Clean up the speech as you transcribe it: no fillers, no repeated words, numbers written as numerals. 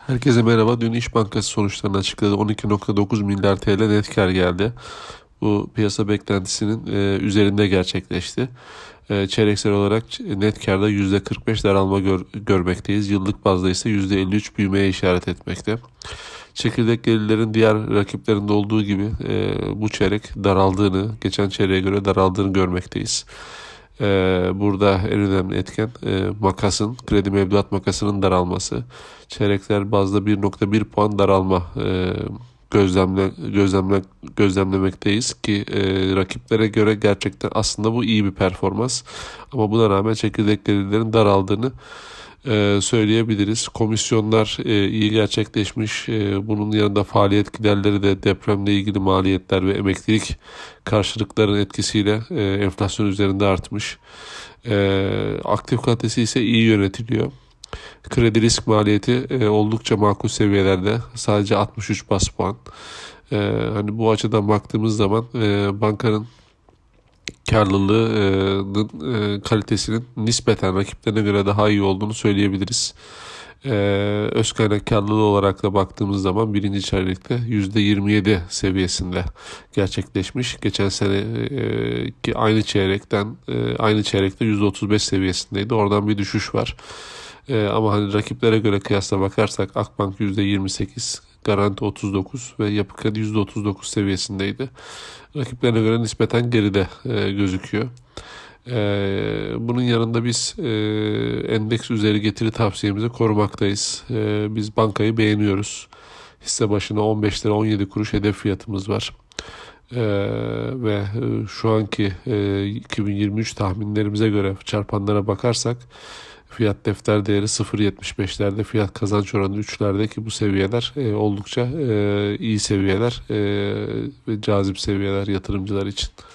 Herkese merhaba. Dün İş Bankası sonuçlarını açıkladı. 12,9 milyar TL net kar geldi. Bu piyasa beklentisinin üzerinde gerçekleşti. Çeyreksel olarak net karda %45 daralma görmekteyiz. Yıllık bazda ise %53 büyümeye işaret etmekte. Çekirdek gelirlerin diğer rakiplerinde olduğu gibi bu çeyrek daraldığını, geçen çeyreğe göre daraldığını görmekteyiz. Burada en önemli etken makasın, kredi mevduat makasının daralması. Çeyrekler bazda 1,1 puan daralma gözlemlemekteyiz ki rakiplere göre gerçekten aslında bu iyi bir performans. Ama buna rağmen çekirdek gelirlerin daraldığını söyleyebiliriz. Komisyonlar iyi gerçekleşmiş. Bunun yanında faaliyet giderleri de depremle ilgili maliyetler ve emeklilik karşılıkların etkisiyle enflasyon üzerinde artmış. Aktif kalitesi ise iyi yönetiliyor. Kredi risk maliyeti oldukça makul seviyelerde. Sadece 63 bas puan. Hani bu açıdan baktığımız zaman bankanın karlılığının kalitesinin nispeten rakiplerine göre daha iyi olduğunu söyleyebiliriz. Öz kaynak karlılığı olarak da baktığımız zaman birinci çeyrekte %27 seviyesinde gerçekleşmiş. Geçen sene ki aynı çeyrekte %35 seviyesindeydi. Oradan bir düşüş var. Ama hani rakiplere göre kıyasla bakarsak Akbank %28, Garanti 39 ve Yapı Kredi %39 seviyesindeydi. Rakiplerine göre nispeten geride gözüküyor. Bunun yanında biz endeks üzeri getiri tavsiyemizi korumaktayız. Biz bankayı beğeniyoruz. Hisse başına 15 lira 17 kuruş hedef fiyatımız var. Ve şu anki 2023 tahminlerimize göre çarpanlara bakarsak fiyat defter değeri 0,75'lerde, fiyat kazanç oranı 3'lerde ki bu seviyeler oldukça iyi seviyeler ve cazip seviyeler yatırımcılar için.